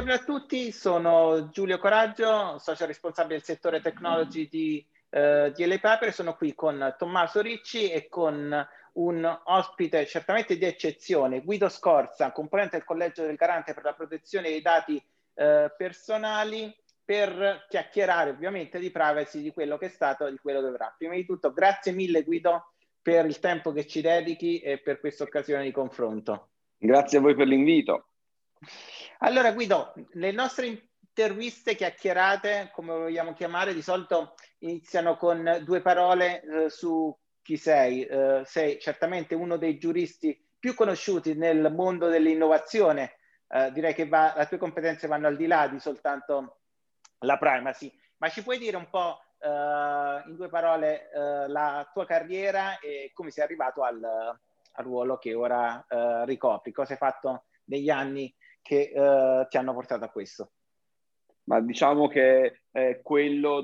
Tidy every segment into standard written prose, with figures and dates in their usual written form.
Buongiorno a tutti, sono Giulio Coraggio, socio responsabile del settore technology di LA Paper. Sono qui con Tommaso Ricci e con un ospite certamente di eccezione, Guido Scorza, componente del Collegio del Garante per la protezione dei dati personali, per chiacchierare ovviamente di privacy, di quello che è stato, di quello che verrà. Prima di tutto, grazie mille Guido per il tempo che ci dedichi e per questa occasione di confronto. Grazie a voi per l'invito. Allora Guido, le nostre interviste chiacchierate, come vogliamo chiamare, di solito iniziano con due parole su chi sei. Sei certamente uno dei giuristi più conosciuti nel mondo dell'innovazione. Direi che le tue competenze vanno al di là di soltanto la privacy, ma ci puoi dire un po' in due parole la tua carriera e come sei arrivato al ruolo che ora ricopri? Cosa hai fatto negli anni che ti hanno portato a questo? Ma diciamo che quello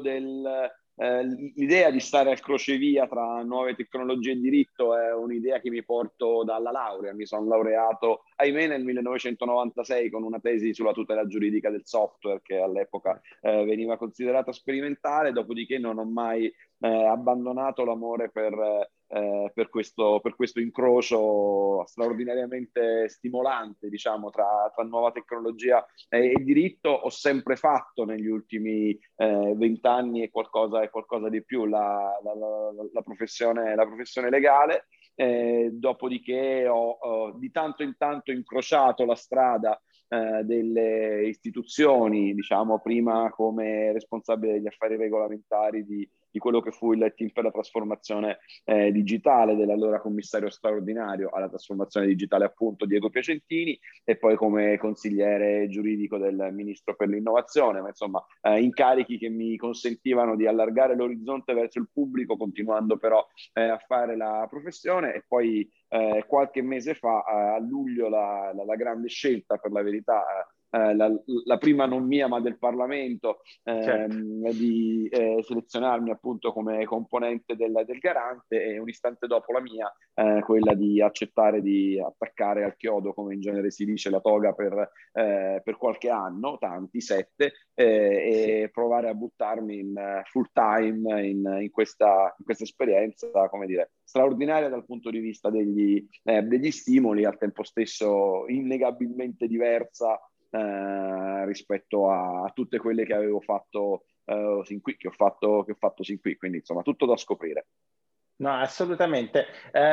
l'idea di stare al crocevia tra nuove tecnologie e diritto è un'idea che mi porto dalla laurea. Mi sono laureato, ahimè, nel 1996 con una tesi sulla tutela giuridica del software che all'epoca veniva considerata sperimentale, dopodiché non ho mai abbandonato l'amore per questo incrocio straordinariamente stimolante, diciamo, tra nuova tecnologia e diritto. Ho sempre fatto negli ultimi 20 anni e qualcosa di più la professione legale. Dopodiché ho di tanto in tanto incrociato la strada delle istituzioni, diciamo, prima come responsabile degli affari regolamentari di quello che fu il team per la trasformazione digitale dell'allora commissario straordinario alla trasformazione digitale, appunto, Diego Piacentini, e poi come consigliere giuridico del ministro per l'innovazione, ma insomma incarichi che mi consentivano di allargare l'orizzonte verso il pubblico, continuando però a fare la professione. E poi qualche mese fa, a luglio, la grande scelta, per la verità, la prima non mia ma del Parlamento, Certo. di selezionarmi appunto come componente del Garante, e un istante dopo la mia, quella di accettare di attaccare al chiodo, come in genere si dice, la toga per qualche anno, tanti, 7, e provare a buttarmi in full time in questa esperienza, come dire, straordinaria dal punto di vista degli stimoli, al tempo stesso innegabilmente diversa rispetto a tutte quelle che avevo fatto sin qui, che ho fatto sin qui. Quindi insomma tutto da scoprire. No, assolutamente.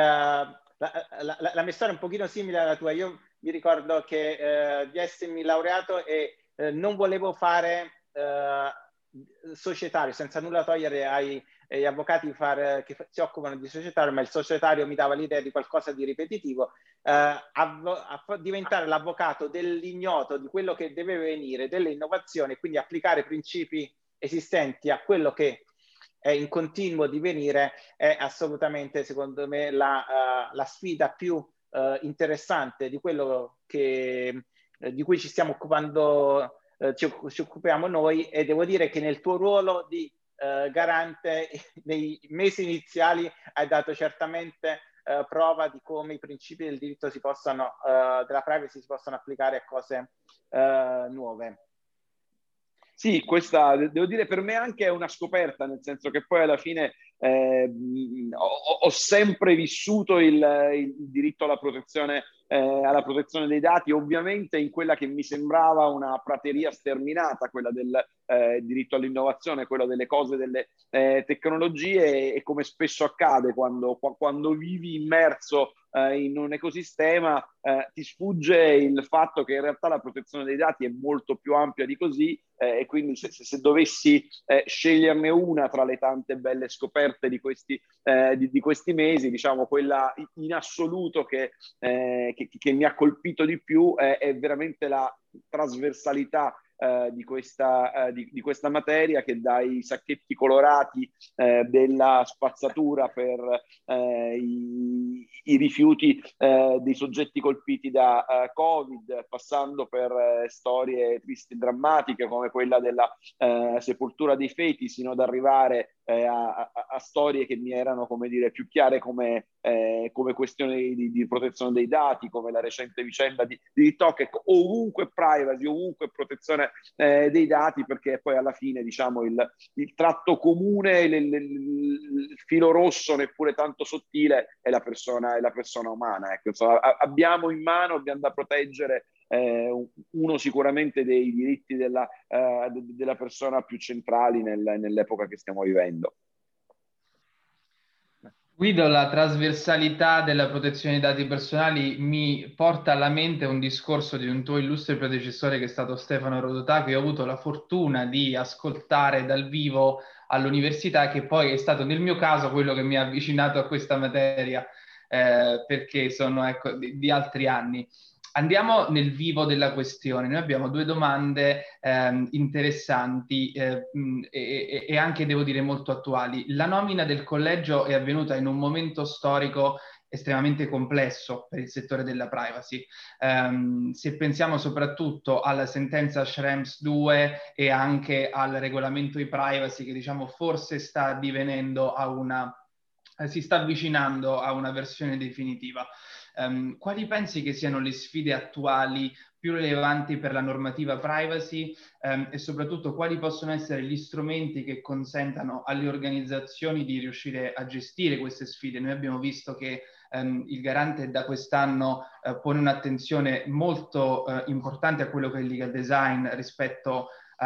La mia storia è un pochino simile alla tua. Io mi ricordo che di essermi laureato e non volevo fare societario, senza nulla togliere agli avvocati che si occupano di societario, ma il societario mi dava l'idea di qualcosa di ripetitivo. Diventare l'avvocato dell'ignoto, di quello che deve venire, delle innovazioni, quindi applicare principi esistenti a quello che è in continuo divenire, è assolutamente, secondo me, la sfida più interessante di quello di cui ci stiamo occupando, ci occupiamo noi. E devo dire che nel tuo ruolo di garante, nei mesi iniziali, hai dato certamente prova di come i principi del diritto della privacy si possono applicare a cose nuove. Sì, questa devo dire per me anche è una scoperta, nel senso che poi alla fine ho sempre vissuto il diritto alla protezione dei dati, ovviamente in quella che mi sembrava una prateria sterminata, quella del diritto all'innovazione, quello delle cose, delle tecnologie, e come spesso accade quando vivi immerso in un ecosistema, ti sfugge il fatto che in realtà la protezione dei dati è molto più ampia di così, e quindi se dovessi sceglierne una tra le tante belle scoperte di questi mesi, diciamo quella in assoluto che mi ha colpito di più è veramente la trasversalità di questa materia, che dai sacchetti colorati della spazzatura per i rifiuti dei soggetti colpiti da Covid, passando per storie tristi e drammatiche come quella della sepoltura dei feti, sino ad arrivare a storie che mi erano, come dire, più chiare come questione di protezione dei dati, come la recente vicenda di TikTok. Ecco, ovunque privacy, ovunque protezione dei dati, perché poi alla fine, diciamo, il tratto comune, il filo rosso neppure tanto sottile è la persona umana. Ecco, insomma, abbiamo in mano, abbiamo da proteggere uno sicuramente dei diritti della persona più centrali nell'epoca che stiamo vivendo. Guido, la trasversalità della protezione dei dati personali mi porta alla mente un discorso di un tuo illustre predecessore che è stato Stefano Rodotà, che ho avuto la fortuna di ascoltare dal vivo all'università, che poi è stato nel mio caso quello che mi ha avvicinato a questa materia, perché sono, ecco, di altri anni. Andiamo nel vivo della questione. Noi abbiamo due domande interessanti e anche, devo dire, molto attuali. La nomina del collegio è avvenuta in un momento storico estremamente complesso per il settore della privacy. Se pensiamo soprattutto alla sentenza Schrems 2 e anche al regolamento e-privacy, che diciamo forse sta addivenendo a si sta avvicinando a una versione definitiva. Quali pensi che siano le sfide attuali più rilevanti per la normativa privacy e soprattutto quali possono essere gli strumenti che consentano alle organizzazioni di riuscire a gestire queste sfide? Noi abbiamo visto che il Garante da quest'anno pone un'attenzione molto importante a quello che è il legal design rispetto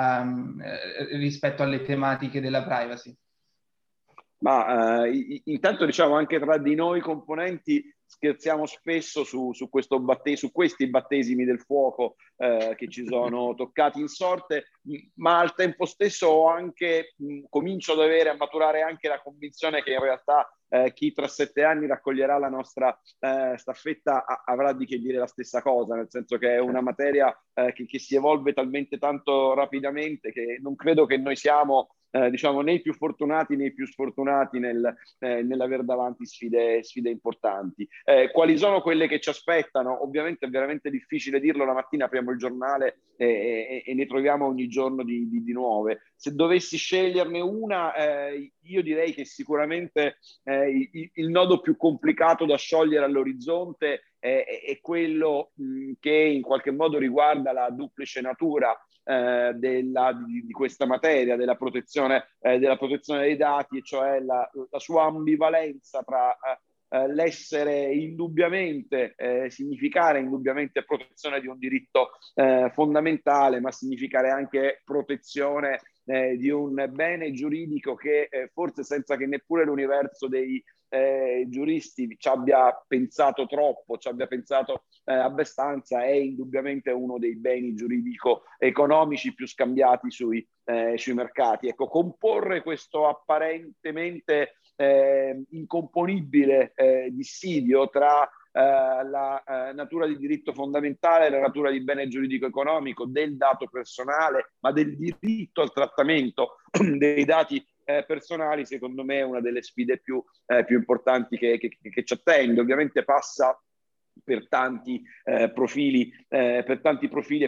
alle tematiche della privacy. Ma intanto, diciamo, anche tra di noi componenti scherziamo spesso su questi battesimi del fuoco che ci sono toccati in sorte, ma al tempo stesso comincio ad avere, a maturare anche la convinzione che in realtà chi tra 7 anni raccoglierà la nostra staffetta avrà di che dire la stessa cosa, nel senso che è una materia che si evolve talmente tanto rapidamente che non credo che noi siamo diciamo, né i più fortunati né i più sfortunati nell'aver davanti sfide importanti. Quali sono quelle che ci aspettano? Ovviamente è veramente difficile dirlo, la mattina apriamo il giornale e ne troviamo ogni giorno di nuove. Se dovessi sceglierne una, io direi che sicuramente il nodo più complicato da sciogliere all'orizzonte è quello che in qualche modo riguarda la duplice natura di questa materia, della protezione dei dati, e cioè la sua ambivalenza tra l'essere indubbiamente, significare indubbiamente protezione di un diritto fondamentale, ma significare anche protezione di un bene giuridico che forse, senza che neppure l'universo dei giuristi ci abbia pensato troppo, ci abbia pensato abbastanza, è indubbiamente uno dei beni giuridico-economici più scambiati sui mercati. Ecco, comporre questo apparentemente incomponibile dissidio tra la natura di diritto fondamentale e la natura di bene giuridico-economico del dato personale, ma del diritto al trattamento dei dati personali, secondo me è una delle sfide più importanti che ci attende. Ovviamente passa per tanti profili e per tanti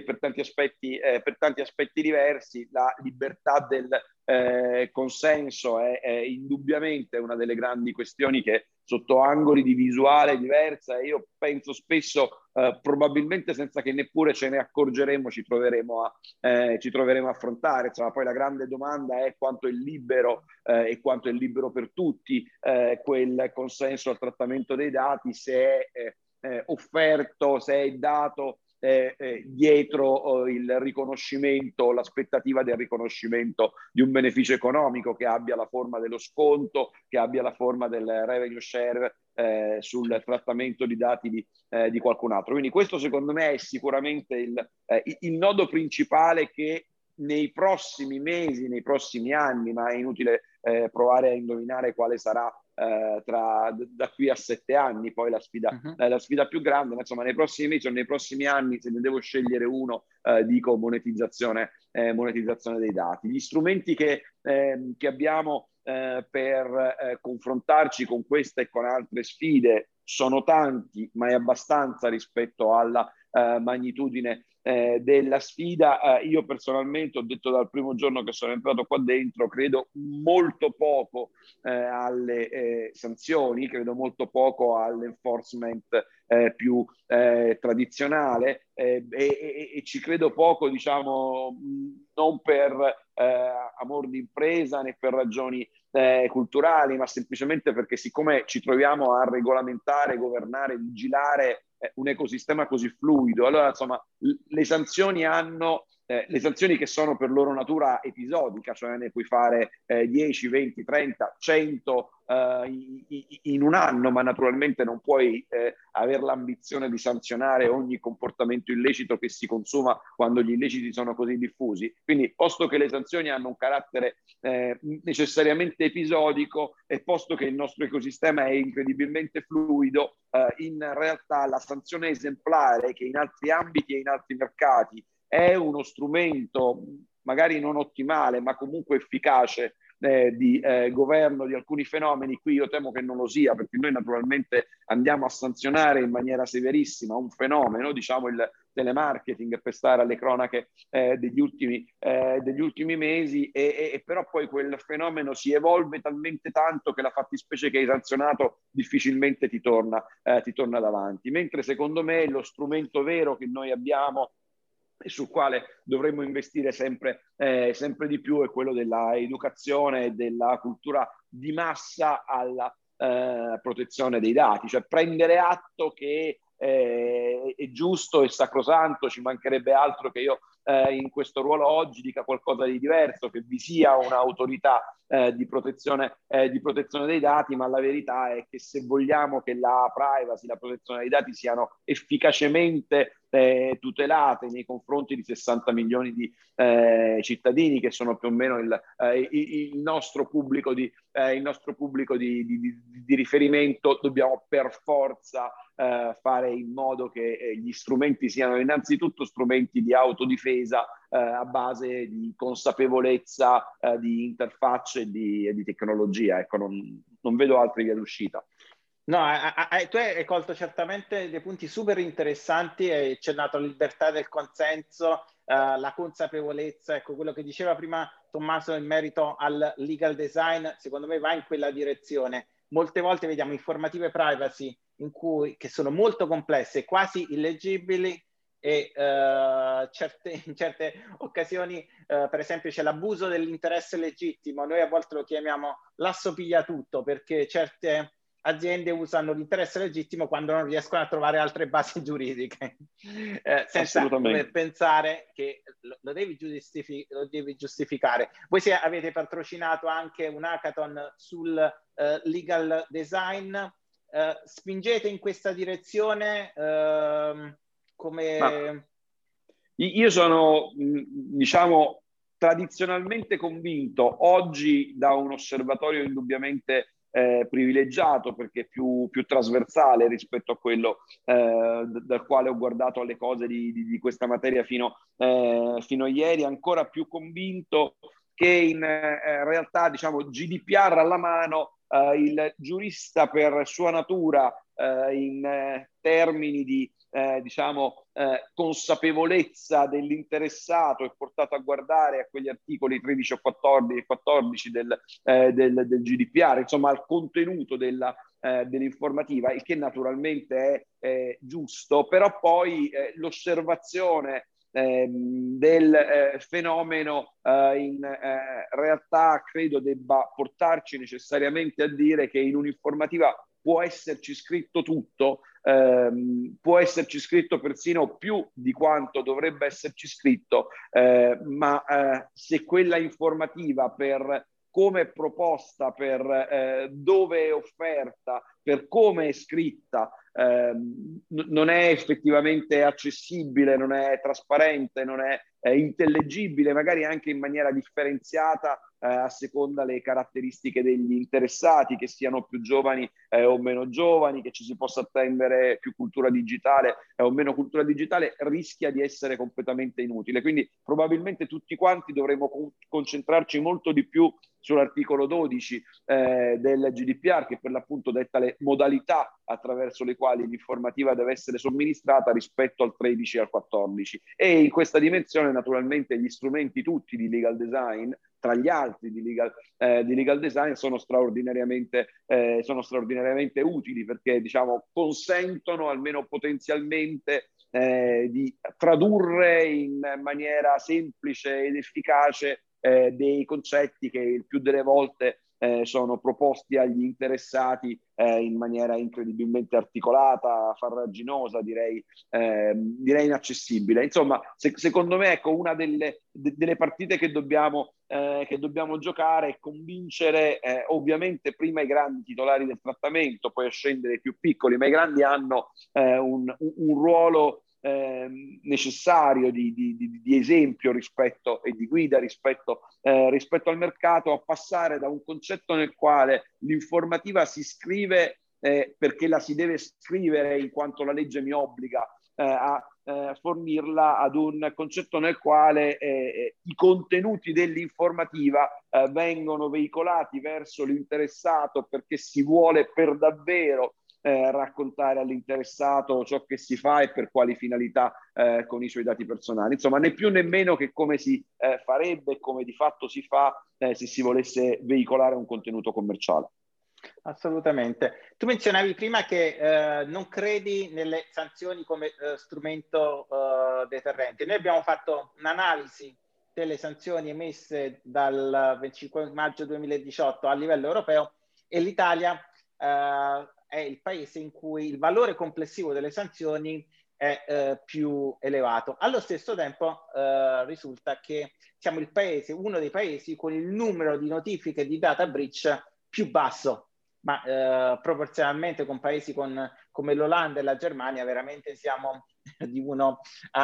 aspetti diversi. La libertà del consenso è indubbiamente una delle grandi questioni che sotto angoli di visuale diversa, e io penso spesso probabilmente senza che neppure ce ne accorgeremo ci troveremo a affrontare. Insomma, poi la grande domanda è quanto è libero e quanto è libero per tutti quel consenso al trattamento dei dati, se è offerto, se è dato dietro il riconoscimento, l'aspettativa del riconoscimento di un beneficio economico che abbia la forma dello sconto, che abbia la forma del revenue share sul trattamento di dati di qualcun altro. Quindi questo secondo me è sicuramente il nodo principale che nei prossimi mesi, nei prossimi anni, ma è inutile provare a indovinare quale sarà da qui a 7 anni, poi la sfida più grande, ma insomma nei prossimi mesi o nei prossimi anni, se ne devo scegliere uno, dico monetizzazione dei dati. Gli strumenti che abbiamo per confrontarci con questa e con altre sfide sono tanti, ma è abbastanza rispetto alla magnitudine della sfida. Io personalmente ho detto dal primo giorno che sono entrato qua dentro, credo molto poco alle sanzioni, credo molto poco all'enforcement più tradizionale e ci credo poco, diciamo, non per amor di impresa né per ragioni culturali, ma semplicemente perché siccome ci troviamo a regolamentare, governare, vigilare un ecosistema così fluido, allora insomma le sanzioni che sono per loro natura episodica, cioè ne puoi fare 10, 20, 30, 100 in un anno, ma naturalmente non puoi avere l'ambizione di sanzionare ogni comportamento illecito che si consuma quando gli illeciti sono così diffusi. Quindi, posto che le sanzioni hanno un carattere necessariamente episodico e posto che il nostro ecosistema è incredibilmente fluido, in realtà la sanzione esemplare, che in altri ambiti e in altri mercati è uno strumento magari non ottimale, ma comunque efficace di governo di alcuni fenomeni, qui io temo che non lo sia, perché noi naturalmente andiamo a sanzionare in maniera severissima un fenomeno, diciamo il telemarketing, per stare alle cronache degli ultimi mesi, e però poi quel fenomeno si evolve talmente tanto che la fattispecie che hai sanzionato difficilmente ti torna davanti, mentre secondo me lo strumento vero che noi abbiamo e sul quale dovremmo investire sempre di più è quello della educazione e della cultura di massa alla protezione dei dati, cioè prendere atto che è giusto e sacrosanto, ci mancherebbe altro che io in questo ruolo oggi dica qualcosa di diverso, che vi sia un'autorità di protezione dei dati, ma la verità è che se vogliamo che la privacy, la protezione dei dati siano efficacemente tutelate nei confronti di 60 milioni di cittadini, che sono più o meno il nostro pubblico di riferimento, dobbiamo per forza fare in modo che gli strumenti siano innanzitutto strumenti di autodifesa a base di consapevolezza, di interfacce e di tecnologia. Ecco, non vedo altre vie d'uscita. No, tu hai colto certamente dei punti super interessanti, hai accennato la libertà del consenso, la consapevolezza, ecco quello che diceva prima Tommaso in merito al legal design, secondo me va in quella direzione. Molte volte vediamo informative privacy che sono molto complesse, quasi illeggibili, e in certe occasioni, per esempio, c'è l'abuso dell'interesse legittimo, noi a volte lo chiamiamo l'assopigliatutto, perché certe aziende usano l'interesse legittimo quando non riescono a trovare altre basi giuridiche, senza dover pensare che lo devi giustificare. Voi avete patrocinato anche un hackathon sul legal design, spingete in questa direzione come... Io sono, diciamo, tradizionalmente convinto, oggi da un osservatorio indubbiamente privilegiato, perché più trasversale rispetto a quello dal quale ho guardato alle cose di questa materia fino a ieri, ancora più convinto che in realtà, diciamo, GDPR alla mano, il giurista per sua natura in termini di consapevolezza dell'interessato è portato a guardare a quegli articoli 13 o 14 del GDPR, insomma al contenuto dell'informativa, il che naturalmente è giusto, però poi l'osservazione del fenomeno in realtà credo debba portarci necessariamente a dire che in un'informativa può esserci scritto tutto, può esserci scritto persino più di quanto dovrebbe esserci scritto, ma se quella informativa per come è proposta, per dove è offerta, per come è scritta, non è effettivamente accessibile, non è trasparente, non è intellegibile, magari anche in maniera differenziata a seconda le caratteristiche degli interessati, che siano più giovani o meno giovani, che ci si possa attendere più cultura digitale o meno cultura digitale, rischia di essere completamente inutile. Quindi probabilmente tutti quanti dovremo concentrarci molto di più sull'articolo 12 del GDPR, che per l'appunto detta le modalità attraverso le quali l'informativa deve essere somministrata rispetto al 13 e al 14. E in questa dimensione naturalmente gli strumenti tutti di legal design, tra gli altri di legal design, sono straordinariamente utili, perché diciamo consentono almeno potenzialmente di tradurre in maniera semplice ed efficace dei concetti che il più delle volte sono proposti agli interessati in maniera incredibilmente articolata, farraginosa, direi inaccessibile. Insomma, secondo me, ecco, una delle partite che dobbiamo giocare è convincere ovviamente prima i grandi titolari del trattamento, poi a scendere i più piccoli, ma i grandi hanno un ruolo necessario di esempio rispetto e di guida rispetto al mercato, a passare da un concetto nel quale l'informativa si scrive perché la si deve scrivere in quanto la legge mi obbliga a fornirla, ad un concetto nel quale i contenuti dell'informativa vengono veicolati verso l'interessato perché si vuole per davvero raccontare all'interessato ciò che si fa e per quali finalità con i suoi dati personali. Insomma, né più né meno che come si farebbe e come di fatto si fa se si volesse veicolare un contenuto commerciale. Assolutamente. Tu menzionavi prima che non credi nelle sanzioni come strumento deterrente. Noi abbiamo fatto un'analisi delle sanzioni emesse dal 25 maggio 2018 a livello europeo e l'Italia è il paese in cui il valore complessivo delle sanzioni è più elevato. Allo stesso tempo risulta che siamo uno dei paesi con il numero di notifiche di data breach più basso, ma proporzionalmente con paesi come l'Olanda e la Germania veramente siamo di 1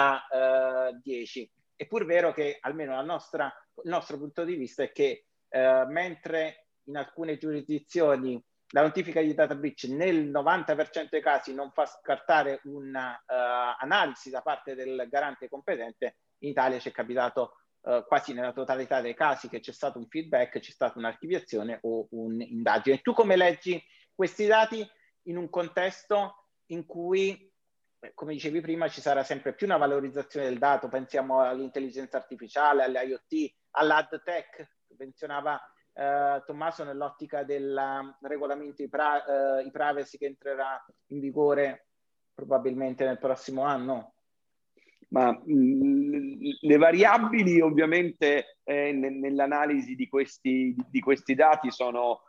a 10. È pur vero che almeno il nostro punto di vista è che mentre in alcune giurisdizioni la notifica di data breach nel 90% dei casi non fa scartare un'analisi da parte del garante competente, in Italia ci è capitato quasi nella totalità dei casi che c'è stato un feedback, c'è stata un'archiviazione o un'indagine. Tu come leggi questi dati in un contesto in cui, come dicevi prima, ci sarà sempre più una valorizzazione del dato? Pensiamo all'intelligenza artificiale, all'IoT, all'ad tech, menzionava Tommaso nell'ottica del regolamento privacy che entrerà in vigore probabilmente nel prossimo anno. Ma le variabili ovviamente nell'analisi di questi dati sono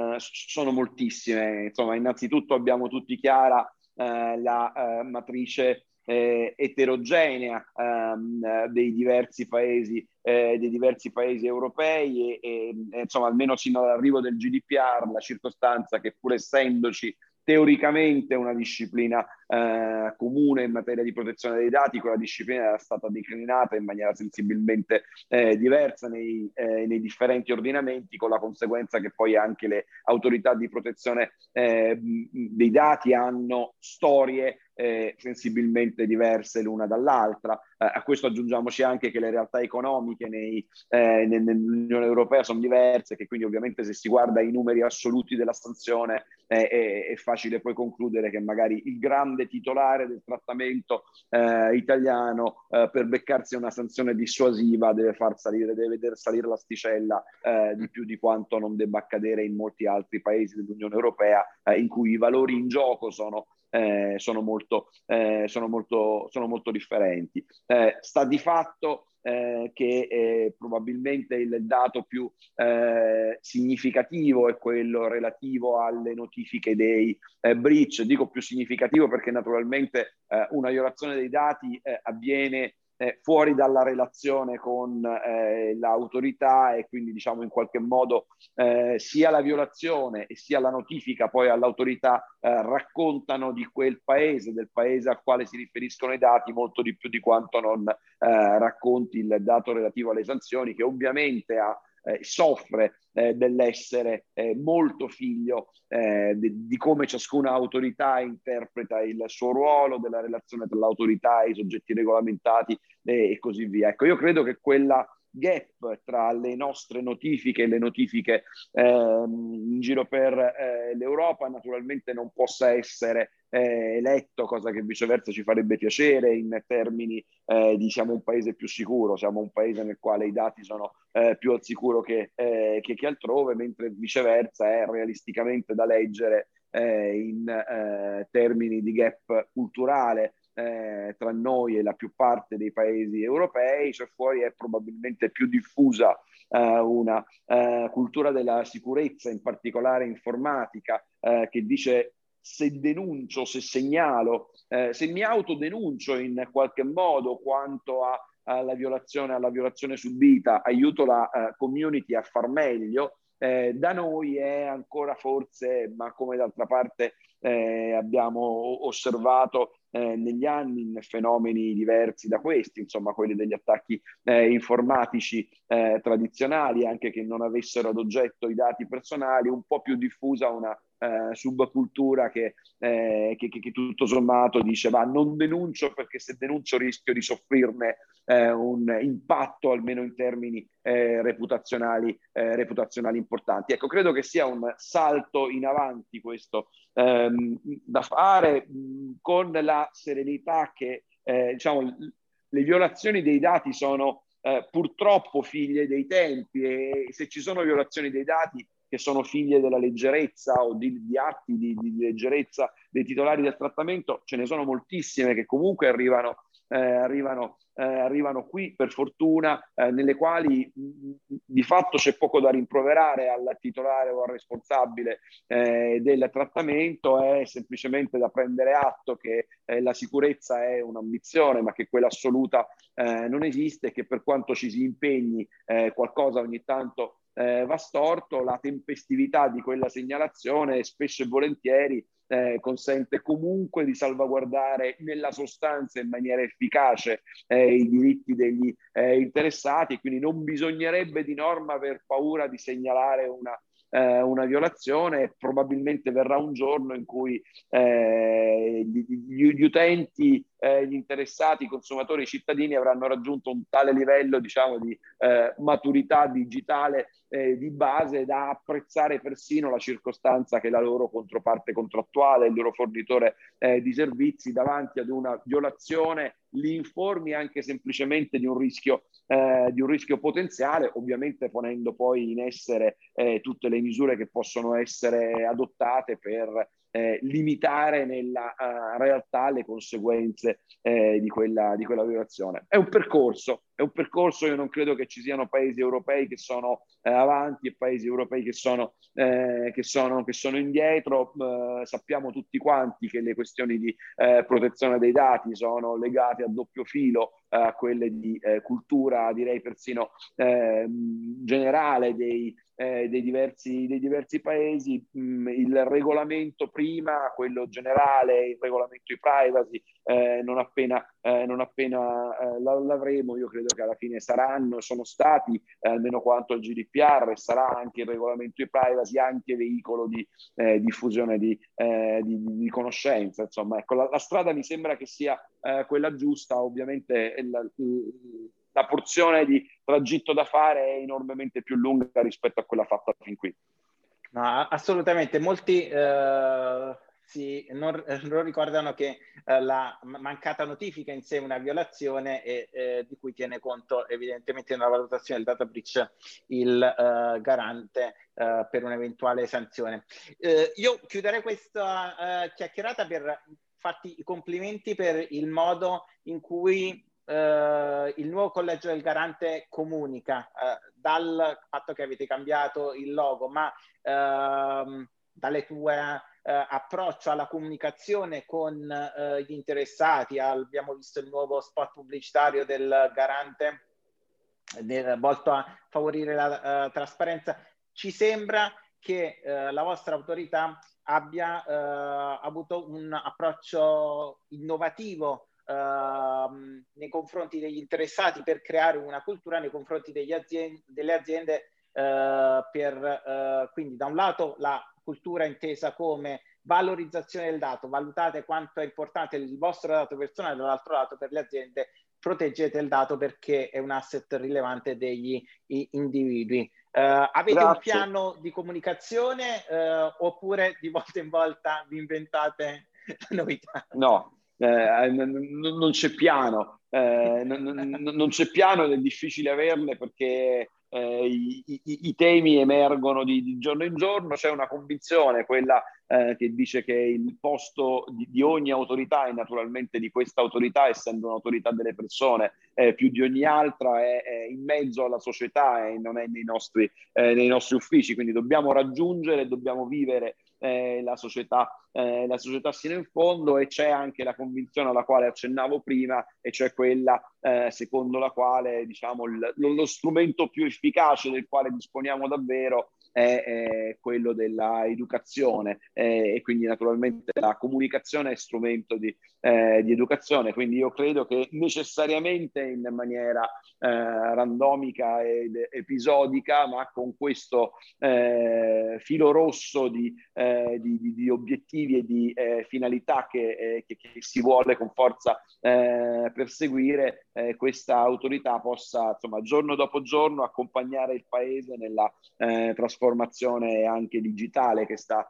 moltissime. Insomma, innanzitutto abbiamo tutti chiara la matrice eterogenea dei diversi paesi europei e insomma, almeno sino all'arrivo del GDPR, la circostanza che pur essendoci teoricamente una disciplina comune in materia di protezione dei dati, quella disciplina era stata declinata in maniera sensibilmente diversa nei differenti ordinamenti, con la conseguenza che poi anche le autorità di protezione dei dati hanno storie sensibilmente diverse l'una dall'altra. A questo aggiungiamoci anche che le realtà economiche nell'Unione Europea sono diverse, che quindi ovviamente se si guarda i numeri assoluti della sanzione è facile poi concludere che magari il grande titolare del trattamento italiano per beccarsi una sanzione dissuasiva deve veder salire l'asticella di più di quanto non debba accadere in molti altri paesi dell'Unione Europea in cui i valori in gioco sono molto differenti. Sta di fatto che probabilmente il dato più significativo è quello relativo alle notifiche dei breach. Dico più significativo perché naturalmente una violazione dei dati avviene fuori dalla relazione con l'autorità e quindi diciamo in qualche modo sia la violazione e sia la notifica poi all'autorità raccontano di quel paese, del paese al quale si riferiscono i dati, molto di più di quanto non racconti il dato relativo alle sanzioni, che ovviamente ha soffre dell'essere molto figlio di come ciascuna autorità interpreta il suo ruolo, della relazione tra l'autorità e i soggetti regolamentati e così via. Ecco, io credo che quella gap tra le nostre notifiche e le notifiche in giro per l'Europa naturalmente non possa essere eletto, cosa che viceversa ci farebbe piacere, in termini di siamo un paese più sicuro, siamo un paese nel quale i dati sono più al sicuro che altrove, mentre viceversa è realisticamente da leggere in termini di gap culturale tra noi e la più parte dei paesi europei, cioè fuori è probabilmente più diffusa una cultura della sicurezza, in particolare informatica, che dice se denuncio, se segnalo, se mi autodenuncio in qualche modo quanto alla violazione subita, aiuto la community a far meglio. Da noi è ancora forse, ma come d'altra parte abbiamo osservato negli anni in fenomeni diversi da questi, insomma quelli degli attacchi informatici tradizionali, anche che non avessero ad oggetto i dati personali, un po' più diffusa una subcultura che tutto sommato dice ma non denuncio perché se denuncio rischio di soffrirne un impatto almeno in termini reputazionali importanti. Ecco, credo che sia un salto in avanti questo da fare con la serenità che diciamo le violazioni dei dati sono purtroppo figlie dei tempi e se ci sono violazioni dei dati che sono figlie della leggerezza o di atti di leggerezza dei titolari del trattamento, ce ne sono moltissime che comunque arrivano qui per fortuna, nelle quali di fatto c'è poco da rimproverare al titolare o al responsabile del trattamento, è semplicemente da prendere atto che la sicurezza è un'ambizione ma che quella assoluta non esiste e che per quanto ci si impegni qualcosa ogni tanto va storto, la tempestività di quella segnalazione spesso e volentieri consente comunque di salvaguardare nella sostanza in maniera efficace i diritti degli interessati, quindi non bisognerebbe di norma aver paura di segnalare una violazione. Probabilmente verrà un giorno in cui gli utenti, gli interessati, i consumatori, i cittadini avranno raggiunto un tale livello, diciamo, di maturità digitale di base da apprezzare persino la circostanza che la loro controparte contrattuale, il loro fornitore di servizi, davanti ad una violazione li informi anche semplicemente di un rischio potenziale, ovviamente ponendo poi in essere tutte le misure che possono essere adottate per limitare nella realtà le conseguenze di quella violazione. È un percorso, io non credo che ci siano paesi europei che sono avanti e paesi europei che sono indietro. Sappiamo tutti quanti che le questioni di protezione dei dati sono legate a doppio filo a quelle di cultura, direi persino generale dei diversi paesi. Il regolamento prima, quello generale, il regolamento di privacy, non appena l'avremo, io credo che alla fine sono stati, almeno quanto il GDPR, sarà anche il regolamento di privacy, anche veicolo di diffusione di conoscenza. Insomma, ecco, la strada mi sembra che sia quella giusta. Ovviamente la porzione di tragitto da fare è enormemente più lunga rispetto a quella fatta fin qui. No, assolutamente. Molti non ricordano che la mancata notifica in sé è una violazione e di cui tiene conto evidentemente nella valutazione del data breach il garante per un'eventuale sanzione. Io chiuderei questa chiacchierata per farti i complimenti per il modo in cui il nuovo collegio del garante comunica, dal fatto che avete cambiato il logo, ma dalle tue approccio alla comunicazione con gli interessati. Abbiamo visto il nuovo spot pubblicitario del garante volto a favorire la trasparenza. Ci sembra che la vostra autorità abbia avuto un approccio innovativo nei confronti degli interessati per creare una cultura nei confronti delle aziende quindi da un lato la cultura intesa come valorizzazione del dato, valutate quanto è importante il vostro dato personale, dall'altro lato per le aziende proteggete il dato perché è un asset rilevante degli individui. Avete Grazie. un piano di comunicazione oppure di volta in volta vi inventate novità? No, non c'è piano, non c'è piano ed è difficile averle perché i temi emergono di giorno in giorno. C'è una convinzione, quella che dice che il posto di ogni autorità e naturalmente di questa autorità, essendo un'autorità delle persone, più di ogni altra, è in mezzo alla società e non è nei nostri uffici, quindi dobbiamo raggiungere, dobbiamo vivere la società sino in fondo, e c'è anche la convinzione alla quale accennavo prima, e cioè quella secondo la quale, diciamo, lo strumento più efficace del quale disponiamo davvero è quello della educazione, e quindi naturalmente la comunicazione è strumento di educazione. Quindi io credo che necessariamente in maniera randomica ed episodica, ma con questo filo rosso di obiettivi e di finalità che si vuole con forza perseguire, questa autorità possa, insomma, giorno dopo giorno accompagnare il paese nella trasformazione anche digitale che sta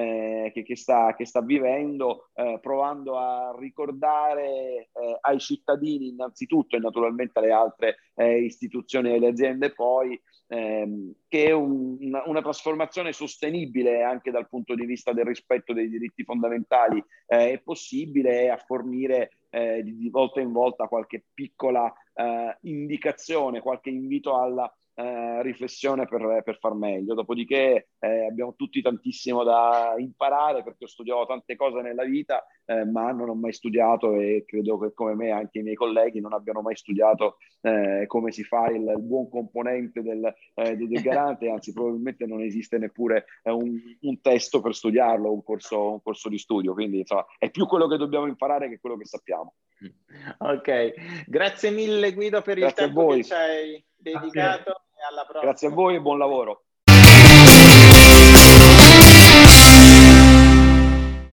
vivendo, provando a ricordare ai cittadini innanzitutto, e naturalmente alle altre istituzioni e alle aziende poi, che una trasformazione sostenibile anche dal punto di vista del rispetto dei diritti fondamentali è possibile, e a fornire di volta in volta qualche piccola indicazione, qualche invito alla riflessione per far meglio. Dopodiché abbiamo tutti tantissimo da imparare, perché ho studiato tante cose nella vita, ma non ho mai studiato, e credo che come me anche i miei colleghi non abbiano mai studiato come si fa il buon componente del garante, anzi probabilmente non esiste neppure un testo per studiarlo, un corso di studio, quindi insomma è più quello che dobbiamo imparare che quello che sappiamo. Ok, grazie mille Guido per il Grazie a tempo voi. che ci hai dedicato, e alla prossima. Grazie a voi e buon lavoro.